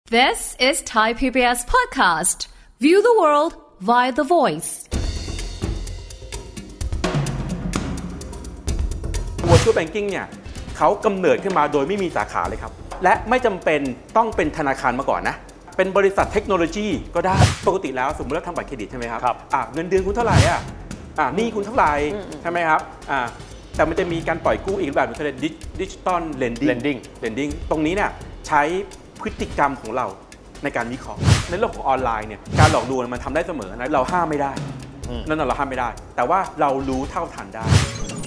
This is Thai PBS podcast. View the world via the voice. Virtual Banking เนี่ยเขากำเนิดขึ้นมาโดยไม่มีสาขาเลยครับและไม่จำเป็นต้องเป็นธนาคารมาก่อนนะเป็นบริษัทเทคโนโลยีก็ได้ปกติแล้วสมมติเราทำบัตรเครดิตใช่ไหมครับเงินเดือนคุณเท่าไหร่หนี้คุณเท่าไหร่ใช่ไหมครับแต่มันจะมีการปล่อยกู้อีกแบบนึงคือดิจิตอลเลนดิ้งตรงนี้เนี่ยใช้พฤติกรรมของเราในการวิเคราะห์ในโลกของออนไลน์เนี่ยการหลอกลวงมันทำได้เสมอนะเราห้ามไม่ได้นั่นเราห้ามไม่ได้แต่ว่าเรารู้เท่าทันได้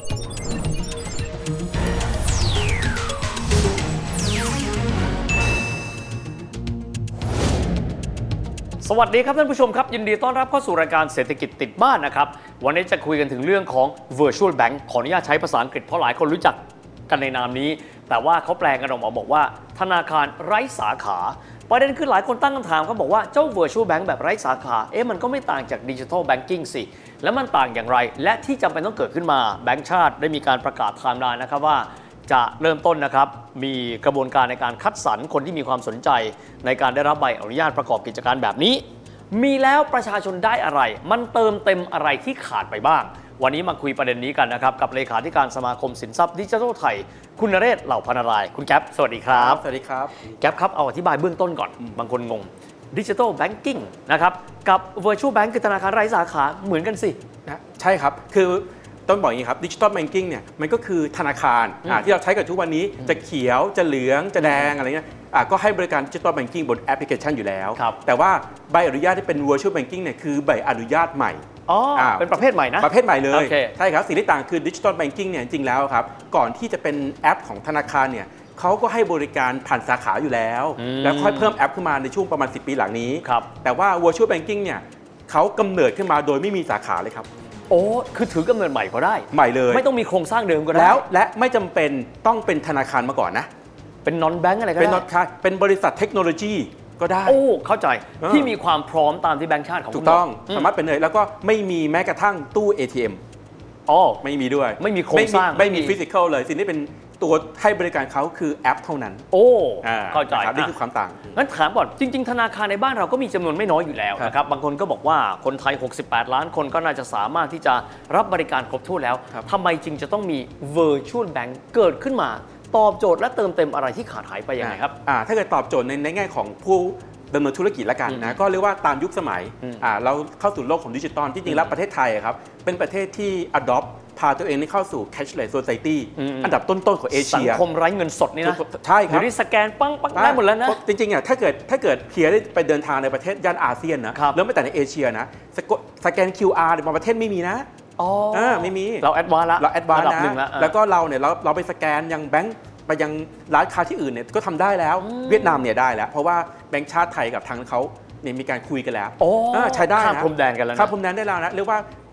สวัสดีครับท่านผู้ชมครับยินดีต้อนรับเข้าสู่รายการเศรษฐกิจติดบ้านนะครับวันนี้จะคุยกันถึงเรื่องของ Virtual Bank ขออนุญาตใช้ภาษาอังกฤษเพราะหลายคนรู้จักกันในนามนี้แต่ว่าเขาแปลกันออกมาบอกว่าธนาคารไร้สาขาประเด็นคือหลายคนตั้งคำถามเขาบอกว่าเจ้า Virtual Bank แบบไร้สาขามันก็ไม่ต่างจาก Digital Banking สิแล้วมันต่างอย่างไรและที่จำเป็นต้องเกิดขึ้นมาแบงก์ชาติได้มีการประกาศไทม์ไลน์นะครับว่าจะเริ่มต้นนะครับมีกระบวนการในการคัดสรรคนที่มีความสนใจในการได้รับใบอนุญาตประกอบกิจการแบบนี้มีแล้วประชาชนได้อะไรมันเติมเต็มอะไรที่ขาดไปบ้างวันนี้มาคุยประเด็นนี้กันนะครับกับเลขาธิการสมาคมสินทรัพย์ดิจิทัลไทยคุณนเรศ เหล่าพรรณนารายณ์คุณแก๊ปสวัสดีครับสวัสดีครับแก๊ปครับเอาอธิบายเบื้องต้นก่อนบางคนงงดิจิทัลแบงกิ้งนะครับกับ Virtual Bank คือธนาคารไร้สาขาเหมือนกันสินะใช่ครับคือต้องบอกอย่างนี้ครับดิจิทัลแบงกิ้งเนี่ยมันก็คือธนาคารที่เราใช้กันทุกวันนี้จะเขียวจะเหลืองจะแดงอะไรเงี้ยก็ให้บริการดิจิทัลแบงกิ้งบนแอปพลิเคชันอยู่แล้วแต่ว่าใบอนุญาตที่เป็น Virtual Banking เนี่ยคือใบอนุญาตใหม่เป็นประเภทใหม่นะประเภทใหม่เลยใช่ครับสิ่งที่ต่างคือดิจิทัลแบงกิ้งเนี่ยจริงๆแล้วครับก่อนที่จะเป็นแอปของธนาคารเนี่ยเขาก็ให้บริการผ่านสาขาอยู่แล้วแล้วค่อยเพิ่มแอปขึ้นมาในช่วงประมาณ10 ปีหลังนี้แต่ว่า Virtual Banking เนี่ยเขากำเนิดขึ้นมาโดยไม่มีสาขาเลยครับคือถือกำเนิดใหม่ก็ได้ใหม่เลยไม่ต้องมีโครงสร้างเดิมก็ได้แล้วและไม่จำเป็นต้องเป็นธนาคารมาก่อนนะเป็น non bank อะไรก็ได้เป็นบริษัทเทคโนโลยีก็ได้เข้าใจที่มีความพร้อมตามที่แบงก์ชาติของถูกต้องสามารถเป็นเลยแล้วก็ไม่มีแม้กระทั่งตู้ ATM ไม่มีด้วยไม่มีโครงสร้างไม่มีฟิสิกอลเลยสิ่งที่เป็นตัวให้บริการเขาคือแอปเท่านั้นเข้าใจนี่คือความต่างงั้นถามก่อนจริงๆธนาคารในบ้านเราก็มีจำนวนไม่น้อยอยู่แล้วนะครับบางคนก็บอกว่าคนไทย68ล้านคนก็น่าจะสามารถที่จะรับบริการครบถ้วนแล้วทำไมจึงจะต้องมี Virtual Bank เกิดขึ้นมาตอบโจทย์และเติมเต็มอะไรที่ขาดหายไปยังไงครับถ้าเกิดตอบโจทย์ในแง่ของผู้ดำเนินธุรกิจละกันนะก็เรียกว่าตามยุคสมัยเราเข้าสู่โลกของดิจิตอลที่จริงแล้วประเทศไทยครับเป็นประเทศที่ adopt พาตัวเองเข้าสู่ cashless society อันดับต้นๆของเอเชียสังคมไร้เงินสดนี่นะใช่ครับเดี๋ยวนี้สแกนปังได้หมดแล้วนะจริงๆถ้าเกิดเพียร์ได้ไปเดินทางในประเทศย่านอาเซียนนะแล้วไม่แต่ในเอเชียนะสแกน QR ในบางประเทศไม่มีนะไม่มีเราแอดวานซ์ละเราแอดวานซ์นะแล้วก็เราไปสแกนยังแบงก์ไปยังร้านค้าที่อื่นเนี่ยก็ทำได้แล้วเวียดนามเนี่ยได้แล้วเพราะว่าแบงก์ชาติไทยกับทางเขาเนี่ยมีการคุยกันแล้วใช้ได้นะข้ามพรมแดนกันแล้วข้ามพรมแดนได้แล้วนะเรียกว่า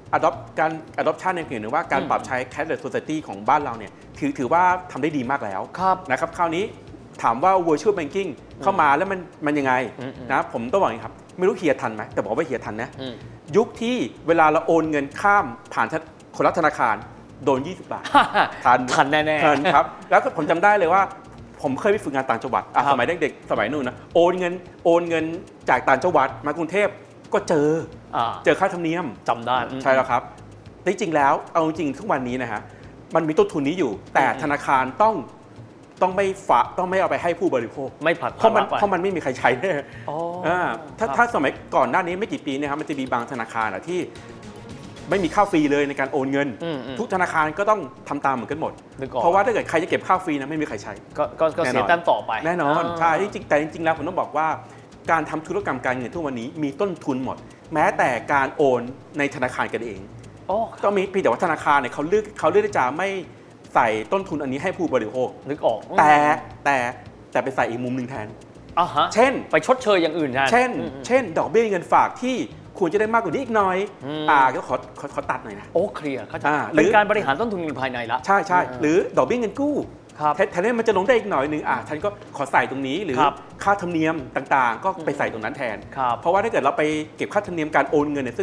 adoption ในคือหรือว่าการปรับใช้ cashless society ของบ้านเราเนี่ยถือว่าทำได้ดีมากแล้วนะครับคราวนี้ถามว่า virtual banking เข้ามาแล้วมันยังไงนะผมต้องบอกอย่างนี้ครับไม่รู้เฮียทันไหมแต่บอกว่าเฮียทันนะยุคที่เวลาเราโอนเงินข้ามผ่านคนละธนาคารโดน20 บาททันแน่ๆทันครับแล้วก็ผมจำได้เลยว่าผมเคยไปฝึกงานต่างจังหวัดสมัยเด็กๆสมัยนู่นนะโอนเงินจากต่างจังหวัดมากรุงเทพก็เจอค่าธรรมเนียมจำได้ใช่แล้วครับจริงๆแล้วเอาจริงทุกวันนี้นะฮะมันมีต้นทุนนี้อยู่แต่ธนาคารต้องไม่เอาไปให้ผู้บริโภคไม่ผัดเพราะมันไม่มีใครใช้แน่ถ้าสมัยก่อนหน้านี้ไม่กี่ปีนะครับมันจะมีบางธนาคารที่ไม่มีค่าฟรีเลยในการโอนเงินทุกธนาคารก็ต้องทำตามเหมือนกันหมดเพราะว่าถ้าเกิดใครจะเก็บค่าฟรีนะไม่มีใครใช้ก็เสียแต้มต่อไปแน่นอนใช่แต่จริงๆแล้วผมต้องบอกว่าการทำธุรกรรมการเงินทุกวันนี้มีต้นทุนหมดแม้แต่การโอนในธนาคารกันเองก็มีแต่ว่าธนาคารเนี่ยเขาเลือกที่จะไม่ใส่ต้นทุนอันนี้ให้ผู้บริโภคนึกออกแต่ไปใส่อีกมุมนึงแทนเช่นไปชดเชยอย่างอื่นแทนเช่นดอกเบี้ยเงินฝากที่ควรจะได้มากกว่านี้อีกหน่อยก็ขอตัดหน่อยนะเคลียร์เข้าใจเป็นการบริหารต้นทุนเงินภายในละใช่หรือดอกเบี้ยเงินกู้แทนที่มันจะลงได้อีกหน่อยนึงฉันก็ขอใส่ตรงนี้หรือค่าธรรมเนียมต่างๆก็ไปใส่ตรงนั้นแทนเพราะว่าถ้าเกิดเราไปเก็บค่าธรรมเนียมการโอนเงินเนี่ยซึ่งแบบ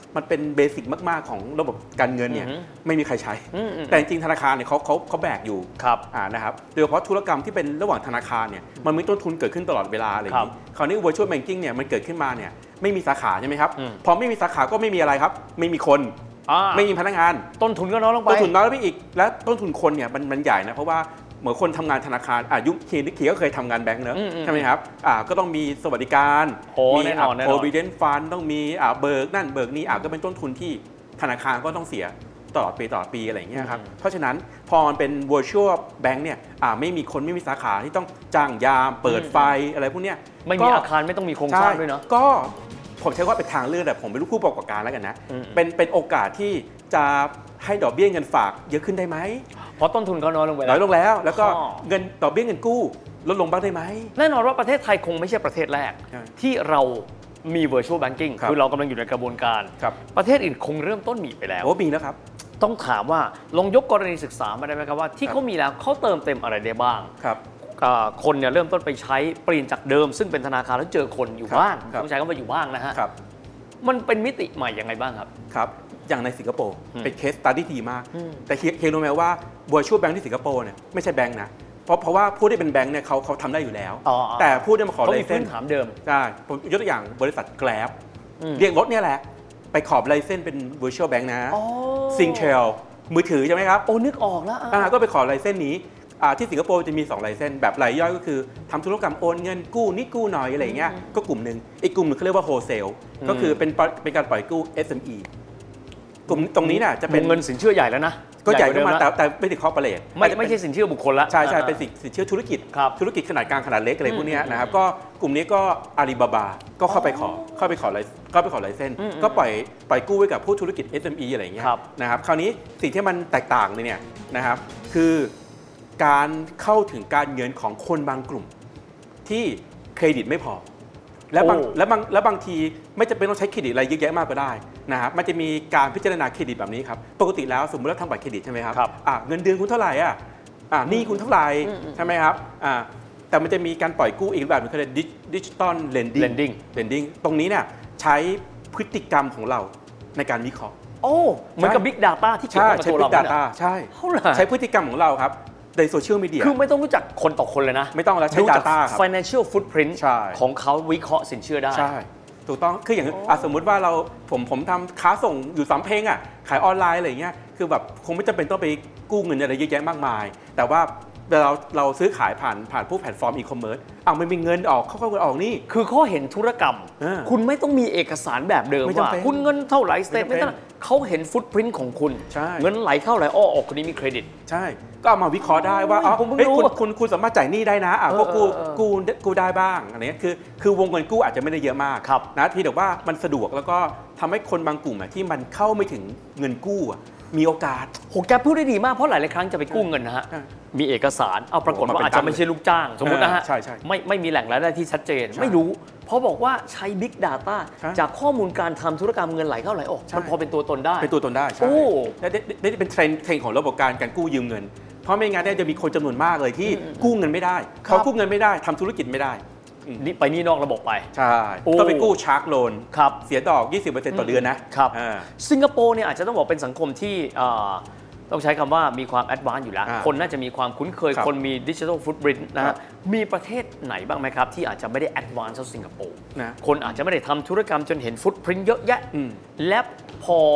มันเป็นเบสิกมากๆของระบบการเงินเนี่ยไม่มีใครใช้แต่จริงๆธนาคารเนี่ยเขาแบกอยู่นะครับโดยเฉพาะธุรกรรมที่เป็นระหว่างธนาคารเนี่ยมันมีต้นทุนเกิดขึ้นตลอดเวลาอะไรอย่างนี้คราวนี้ virtual banking เนี่ยมันเกิดขึ้นมาเนี่ยไม่มีสาขาใช่ไหมครับพอไม่มีสาขาก็ไม่มีอะไรครับไม่มีคนไม่มีพนักงานต้นทุนก็น้อยลงไปต้นทุนน้อยลงไปอีกและต้นทุนคนเนี่ยมันใหญ่นะเพราะว่าเหมือนคนทำงานธนาคารยุคคีก็เคยทำงานแบงก์เนอะใช่ไหมครับก็ต้องมีสวัสดิการมีprovident fund ต้องมีเบิกนั่นเบิกนี่ก็เป็นต้นทุนที่ธนาคารก็ต้องเสียตลอดปีอะไรอย่างเงี้ยครับเพราะฉะนั้นพอมันเป็น virtual bank เนี่ยไม่มีคนไม่มีสาขาที่ต้องจ้างยามเปิดไฟอะไรพวกเนี้ยไม่มีอาคารไม่ต้องมีโครงสร้างด้วยเนาะก็ผมใช้ว่าเป็นทางเลือกแต่ผมเป็นผู้ประกอบการแล้วกันนะเป็นโอกาสที่จะให้ดอกเบี้ยเงินฝากเยอะขึ้นได้ไหมเพราะต้นทุนเขาน้อยลงไปแล้วก็เงินดอกเบี้ยเงินกู้ลดลงบ้างได้ไหมแน่นอนว่าประเทศไทยคงไม่ใช่ประเทศแรกที่เรามี virtual banking คือเรากำลังอยู่ในกระบวนการประเทศอื่นคงเริ่มต้นมีไปแล้วมีแล้วครับต้องถามว่าลองยกกรณีศึกษามาได้ไหมครับว่าที่เขามีแล้วเขาเติมเต็มอะไรได้บ้างคนเนี่ยเริ่มต้นไปใช้เปลี่ยนจากเดิมซึ่งเป็นธนาคารแล้วเจอคนอยู่บ้างต้องใช้คำว่าอยู่บ้างนะฮะมันเป็นมิติใหม่ยังไงบ้างครับอย่างในสิงคโปร์เป็นเคสสตั๊ดดี้ดีมากแต่เฮียรู้ไหมว่า virtual bank ที่สิงคโปร์เนี่ยไม่ใช่แบงค์นะเพราะว่าผู้ที่เป็นแบงค์เนี่ยเขาทำได้อยู่แล้วแต่ผู้ที่มาขอไลเซนส์ถามเดิมใช่ผมยกตัวอย่างบริษัท Grab เรียกรถเนี่ยแหละไปขอไลเซนส์เป็น virtual bank นะSingtel มือถือใช่ไหมครับนึกออกแล้วก็ไปขอไลเซนส์นี้ที่สิงคโปร์จะมี2ไลเซนส์แบบรายย่อยก็คือทำธุรกรรมโอนเงินกู้นิดกู้หน่อยอะไรเงี้ยก็กลุ่มนึงอีกกลุ่มนึงเขาเรียกว่าโฮเซลก็คือเป็นการปล่อยกู้ SME กลุ่มตรงนี้น่ะจะเป็นเงินสินเชื่อใหญ่แล้วนะก็ใหญ่ขึ้นมาแต่ไม่ถึงคอร์ปอเรทไม่ใช่สินเชื่อบุคคลละใช่เป็นสินเชื่อธุรกิจขนาดกลางขนาดเล็กอะไรพวกนี้นะครับก็กลุ่มนี้ก็อาลีบาบาก็เข้าไปขอไลเซนส์ก็ปล่อยกู้ไว้กับผู้ธุรกิจ SME อะไรอย่างเงี้ยนะครับคราวนี้สิ่งที่มันแตกต่างเลยเนี่ยนะครับคือการเข้าถึงการเงินของคนบางกลุ่มที่เครดิตไม่พอและบางทีไม่จำเป็นต้องใช้เครดิตอะไรเยอะแยะมากก็ได้นะครับมันจะมีการพิจารณาเครดิตแบบนี้ครับปกติแล้วสมมติเราทำบัตรเครดิตใช่ไหมครับเงินเดือนคุณเท่าไหร่หนี้คุณเท่าไหร่ใช่ไหมครับแต่มันจะมีการปล่อยกู้อีกแบบนึงคือดิจิตอลเลนดิ้งตรงนี้เนี่ยใช้พฤติกรรมของเราในการวิเคราะห์เหมือนกับ Big Data ที่เกี่ยวกับตัวเราใช้พฤติกรรมของเราครับในโซเชียลมีเดียคือไม่ต้องรู้จักคนต่อคนเลยนะไม่ต้องแล้วใช้ Data ครับ financial footprint ของเขาวิเคราะห์สินเชื่อได้ใช่ถูกต้องคืออย่างสมมุติว่าผมทำค้าส่งอยู่3 เพลงขายออนไลน์อะไรอย่างเงี้ยคือแบบคงไม่จำเป็นต้องไปกู้เงินอะไรเยอะแยะมากมายแต่ว่าเราซื้อขายผ่านพวกแพลตฟอร์มอีคอมเมิร์ซมันมีเงินออกเข้าเงินออกนี่คือเขาเห็นธุรกรรมคุณไม่ต้องมีเอกสารแบบเดิมว่าคุณเงินเท่าไหร่สเตทเมนต์เขาเห็นฟุตพริ้นท์ของคุณเงินไหลเข้าไหลออกคนนี้มีเครดิตใช่ก็เอามาวิเคราะห์ได้ว่าคุณสามารถจ่ายหนี้ได้นะพวกกู้ได้บ้างอะไรเงี้ยคือวงเงินกู้อาจจะไม่ได้เยอะมากนะที่แต่ว่ามันสะดวกแล้วก็ทำให้คนบางกลุ่มที่มันเข้าไม่ถึงเงินกู้มีโอกาสแกพูดได้ดีมากเพราะหลายครั้งจะไปกู้เงินนะฮะมีเอกสารปรากฏว่าอาจจะไม่ใช่ลูกจ้างสมมตินะฮะไม่มีแหล่งรายได้ที่ชัดเจนไม่รู้เพราะบอกว่าใช้ Big Data จากข้อมูลการทำธุรกรรมเงินไหลเข้าไหลออกมันพอเป็นตัวตนได้ใช่และนี่เป็นเทรนด์ของระบบการกู้ยืมเงินเพราะไม่งั้นจะมีคนจำนวนมากเลยที่กู้เงินไม่ได้เขากู้เงินไม่ได้ทำธุรกิจไม่ได้นี่ไปนี่นอกระบบไปใช่ต้องไปกู้ชาร์กโลนเสียดอก 20% ต่อเดือนนะครับสิงคโปร์เนี่ยอาจจะต้องบอกเป็นสังคมที่ต้องใช้คำว่ามีความแอดวานซ์อยู่แล้วคนน่าจะมีความคุ้นเคยคนมีดิจิทัลฟุตพริ้นท์นะฮะมีประเทศไหนบ้างไหมครับที่อาจจะไม่ได้แอดวานซ์เท่าสิงคโปร์คนอาจจะไม่ได้ทำธุรกรรมจนเห็นฟุตพริ้นท์เยอะแยะและพอ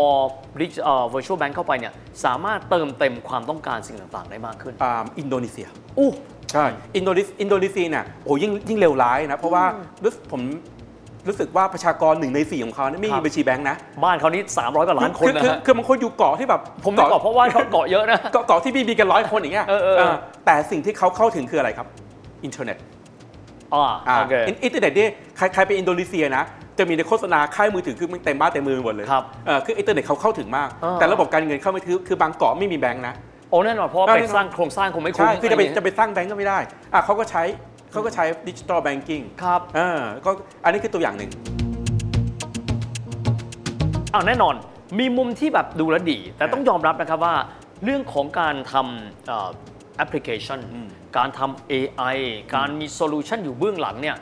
virtual bank เข้าไปเนี่ยสามารถเติมเต็มความต้องการสิ่งต่างๆได้มากขึ้นอินโดนีเซียใช่อินโดนีเซียเนี่ยยิ่งเลวร้ายนะเพราะว่าผมรู้สึกว่าประชากร1 ใน 4ของเขาไม่มีบัญชีแบงค์นะบ้านเขานี่300 กว่าล้านคนนะคือบางคนอยู่เกาะที่แบบผมไม่เกาะเพราะว่าเขาเกาะเยอะนะเกาะที่มีกัน100 คนอย่างเงี้ยแต่สิ่งที่เขาเข้าถึงคืออะไรครับอินเทอร์เน็ตอินเทอร์เน็ตนี่ใครไปอินโดนีเซียนะจะมีในโฆษณาค่ายมือถือคือมันเต็มบ้านเต็มมือหมดเลยคืออินเทอร์เน็ตเขาเข้าถึงมากแต่ระบบการเงินเข้าไม่ถึงคือบางเกาะไม่มีแบงค์นะแน่นอนเพราะไปสร้างโครงสร้างคงไม่คุ้มคือจะไปสร้างแบงก์ก็ไม่ได้เขาก็ใช้ดิจิทัลแบงกิ้งครับก็อันนี้คือตัวอย่างหนึ่งแน่นอนมีมุมที่แบบดูแลดีแต่ต้องยอมรับนะครับว่าเรื่องของการทำแอปพลิเคชันการทำ AI การมีโซลูชันอยู่เบื้องหลังเนี่ย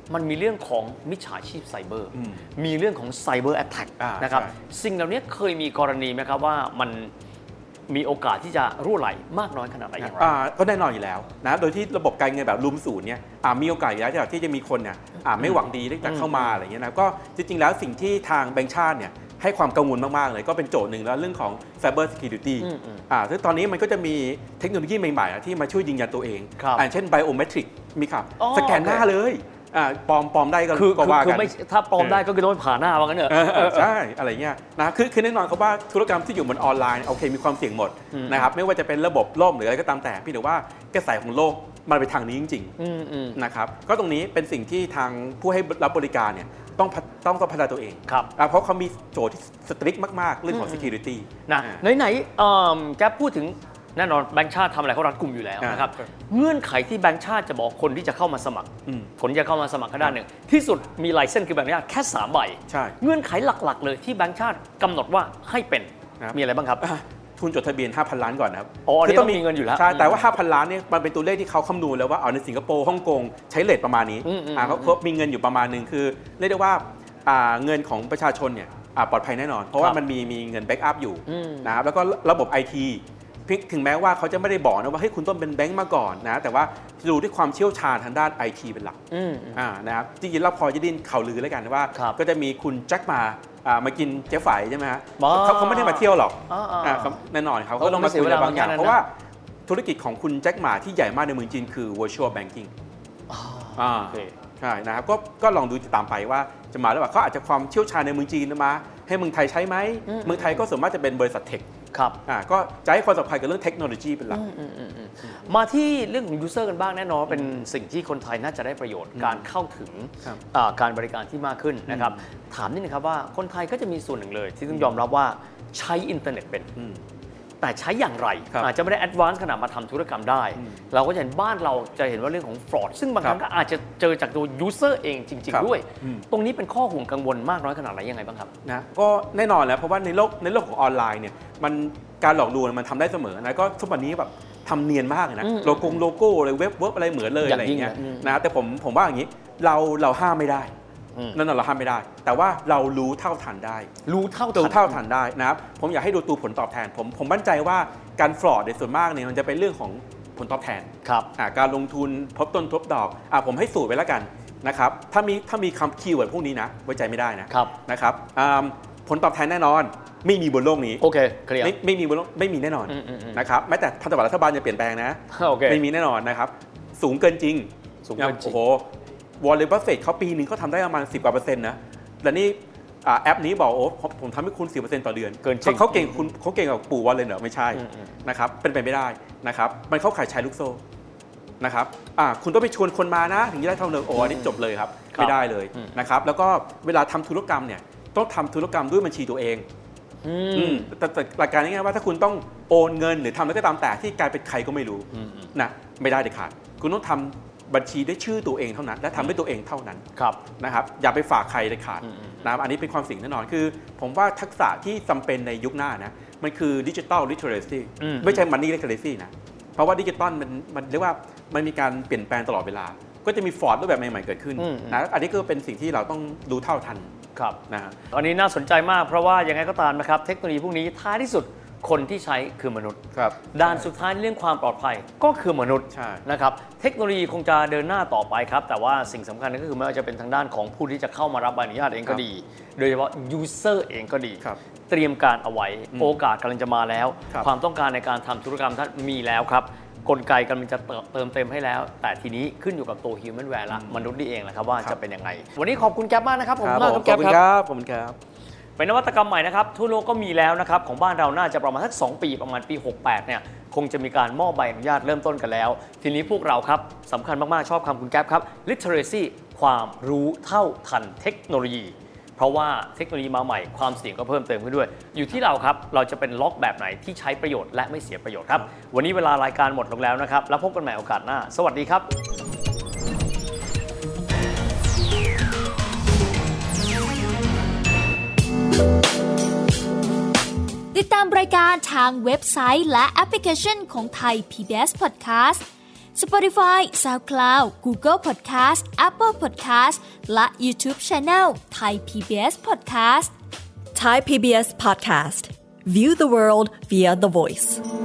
มันมีเรื่องของมิจฉาชีพไซเบอร์มีเรื่องของไซเบอร์แอทแทกนะครับสิ่งเหล่านี้เคยมีกรณีไหมครับว่ามันมีโอกาสที่จะรั่วไหลมากน้อยขนาดไหนอย่างไรก็แน่นอนอยู่แล้วนะโดยที่ระบบการเงินแบบรูมศูนย์เนี่ยมีโอกาสอยู่แล้วที่จะมีคนเนี่ยไม่หวังดีที่จะเข้ามาอะไรเงี้ยนะก็จริงๆแล้วสิ่งที่ทางแบงก์ชาติเนี่ยให้ความกังวลมากๆเลยก็เป็นโจทย์หนึ่งแล้วเรื่องของ Cyber Security ซึ่งตอนนี้มันก็จะมีเทคโนโลยีใหม่ๆที่มาช่วยยืนยันตัวเองเช่น Biometric มีครับสแกนหน้าเลยปลอมได้ก็ว่ากันถ้าปลอมได้ก็คือต้องผ่าหน้าว่างั้นเถอะใช่อะไรเงี้ยนะคือแน่นอนครับว่าธุรกรรมที่อยู่บนออนไลน์โอเคมีความเสี่ยงหมดนะครับไม่ว่าจะเป็นระบบล่มหรืออะไรก็ตามแต่พี่แต่ว่ากระแสของโลกมันไปทางนี้จริงๆนะครับก็ตรงนี้เป็นสิ่งที่ทางผู้ให้รับบริการเนี่ยต้องพัฒนาตัวเองเพราะเขามีโจทย์ที่สตริกมากๆเรื่องของ security นะไหนแกพูดถึงแน่นอนแบงก์ชาติทำอะไรเขารัดกุมอยู่แล้วนะครับเงื่อนไขที่แบงก์ชาติจะบอกคนที่จะเข้ามาสมัครคนจะเข้ามาสมัครก็ได้หนึ่งที่สุดมีไลเซนส์คือใบอนุญาตแค่3 ใบเงื่อนไขหลักๆเลยที่แบงก์ชาติกำหนดว่าให้เป็นมีอะไรบ้างครับทุนจดทะเบียน 5,000 ล้านก่อนนะครับคือต้องมีเงินอยู่แล้วใช่แต่ว่า 5,000 ล้านเนี่ยมันเป็นตัวเลขที่เขาคำนวณแล้วว่าในสิงคโปร์ฮ่องกงใช้เรทประมาณนี้เขามีเงินอยู่ประมาณนึงคือเรียกได้ว่าเงินของประชาชนเนี่ยปลอดภัยแน่นอนเพราะว่ามันมีเงินแบ็กอัพอยู่นะครับแล้วก็ระบบ IT ถึงแม้ว่าเขาจะไม่ได้บอกนะว่าให้คุณต้องเป็นแบงก์มาก่อนนะแต่ว่าดูด้วยความเชี่ยวชาญทางด้าน IT เป็นหลักนะครับจริงๆเราพอจะได้ยินข่าวลือแล้วกันว่าก็จะมีคุณแจ็คมากินเจ๊ไฝใช่ไหมฮะเขาไม่ได้มาเที่ยวหรอกแน่นอนเขาก็ต้องมาคุยอะไรบางอย่างเพราะว่าธุรกิจของคุณแจ็คหม่าที่ใหญ่มากในเมืองจีนคือ virtual banking ใช่นะครับก็ลองดูติดตามไปว่าจะมาแล้วว่าเขาอาจจะความเชี่ยวชาญในเมืองจีนมาให้เมืองไทยใช้ไหมเมืองไทยก็ส่วนมากจะเป็นบริษัทเทคครับก็จะให้ความสำคัญกับเรื่องเทคโนโลยีเป็นหลักมาที่เรื่องของยูเซอร์กันบ้างแน่นอนเป็นสิ่งที่คนไทยน่าจะได้ประโยชน์การเข้าถึงการบริการที่มากขึ้นนะครับถามนิดนึงครับว่าคนไทยก็จะมีส่วนหนึ่งเลยที่ต้องยอมรับว่าใช้อินเทอร์เน็ตเป็นแต่ใช้อย่างไรอาจจะไม่ได้แอดวานซ์ขนาดมาทำธุรกรรมได้เราก็จะเห็นบ้านเราจะเห็นว่าเรื่องของฟรอดซึ่งบางครั้งก็อาจจะเจอจากตัวยูเซอร์เองจริงๆด้วยตรงนี้เป็นข้อห่วงกังวลมากน้อยขนาดไหนยังไงบ้างครับนะก็แน่นอนแล้วเพราะว่าในโลกของออนไลน์เนี่ยมันการหลอกลวงมันทำได้เสมอนะก็ทุกวันนี้แบบทำเนียนมากเลยนะโลโก้อะไรเว็บอะไรเหมือนเลยอะไรอย่างเงี้ยนะแต่ผมว่าอย่างนี้เราห้ามไม่ได้นั่นเราห้ามไม่ได้แต่ว่าเรารู้เท่าทันได้ได้นะครับผมอยากให้ดูตัวผลตอบแทนผมมั่นใจว่าการฟรอดในส่วนมากเนี่ยมันจะเป็นเรื่องของผลตอบแทนการลงทุนทบต้นทบดอกผมให้สูตรไว้แล้วกันนะครับถ้ามีคำคีย์เวิร์ดพวกนี้นะไว้ใจไม่ได้นะครับผลตอบแทนแน่นอนไม่มีบนโลกนี้โอเคเคลียร์ไม่มีบนโลกไม่มีแน่นอนนะครับแม้แต่พันธบัตรรัฐบาลจะเปลี่ยนแปลงนะไม่มีแน่นอนนะครับสูงเกินจริงโอ้โหวอร์เรน บัฟเฟตต์เขาปีนึงเขาทำได้ประมาณ10%กว่านะและนี่แอปนี้บอกโอ้ผมทำให้คุณ 10% ต่อเดือนเกินจริงเขาเก่งกว่าปู่วอร์เรนเหรอไม่ใช่นะครับเป็นไปไม่ได้นะครับมันเข้าข่ายแชร์ลูกโซ่นะครับคุณต้องไปชวนคนมานะถึงจะได้เท่าเดิมอันนี้จบเลยครับไม่ได้เลยนะครับแล้วก็เวลาทำธุรกรรมเนี่ยต้องทำธุรกรรมด้วยบัญชีตัวเองแต่หลักการง่ายๆว่าถ้าคุณต้องโอนเงินหรือทำอะไรก็ตามแต่ที่กลายเป็นใครก็ไม่รู้นะไม่ได้เด็ดขาดคุณต้องทำบัญชีด้วยชื่อตัวเองเท่านั้นและทำด้วยตัวเองเท่านั้นนะครับอย่าไปฝากใครเด็ดขาดนะอันนี้เป็นความสิ่งแน่นอนคือผมว่าทักษะที่จำเป็นในยุคหน้านะมันคือดิจิทัลลิเทอเรซีไม่ใช่มันนี่ลิเทอเรซีนะเพราะว่าดิจิทัลมันเรียกว่ามันมีการเปลี่ยนแปลงตลอดเวลาก็จะมีฟอร์ดรูปแบบใหม่ๆเกิดขึ้นนะอันนี้ก็เป็นสิ่งที่เราต้องรู้เท่าทันนะอันนี้น่าสนใจมากเพราะว่ายังไงก็ตามนะครับเทคโนโลยีพวกนี้ท้ายที่สุดคนที่ใช้คือมนุษย์ด้านสุดท้ายเรื่องความปลอดภัยก็คือมนุษย์นะครับเทคโนโลยีคงจะเดินหน้าต่อไปครับแต่ว่าสิ่งสำคัญก็คือไม่ว่าจะเป็นทางด้านของผู้ที่จะเข้ามารับใบอนุญาตเองก็ดีโดยเฉพาะยูเซอร์เองก็ดีเตรียมการเอาไว้โอกาสกำลังจะมาแล้วความต้องการในการทำธุรกรรมท่านมีแล้วครับกลไกกำลังจะเติมเต็มให้แล้วแต่ทีนี้ขึ้นอยู่กับตัว Humanware ละมนุษย์นี่เองแหละครับว่าจะเป็นยังไงวันนี้ขอบคุณแก๊ปมากนะครับผมมากครับแก๊ปครับขอบคุณครับเป็นนวัตกรรมใหม่นะครับทั่วโลกก็มีแล้วนะครับของบ้านเราน่าจะประมาณสัก2 ปีประมาณปี 68เนี่ยคงจะมีการมอบใบอนุญาตเริ่มต้นกันแล้วทีนี้พวกเราครับสำคัญมากๆชอบคำคุณแก๊ปครับ literacy ความรู้เท่าทันเทคโนโลยีเพราะว่าเทคโนโลยีมาใหม่ความเสี่ยงก็เพิ่มเติมขึ้นด้วยอยู่ที่เราครับเราจะเป็นล็อกแบบไหนที่ใช้ประโยชน์และไม่เสียประโยชน์ครับวันนี้เวลารายการหมดลงแล้วนะครับแล้วพบกันใหม่โอกาสหน้าสวัสดีครับติดตามรายการทางเว็บไซต์และแอปพลิเคชันของไทย PBS Podcast Spotify, SoundCloud, Google Podcast, Apple Podcast และ YouTube Channel Thai PBS Podcast Thai PBS Podcast. View the world via the voice.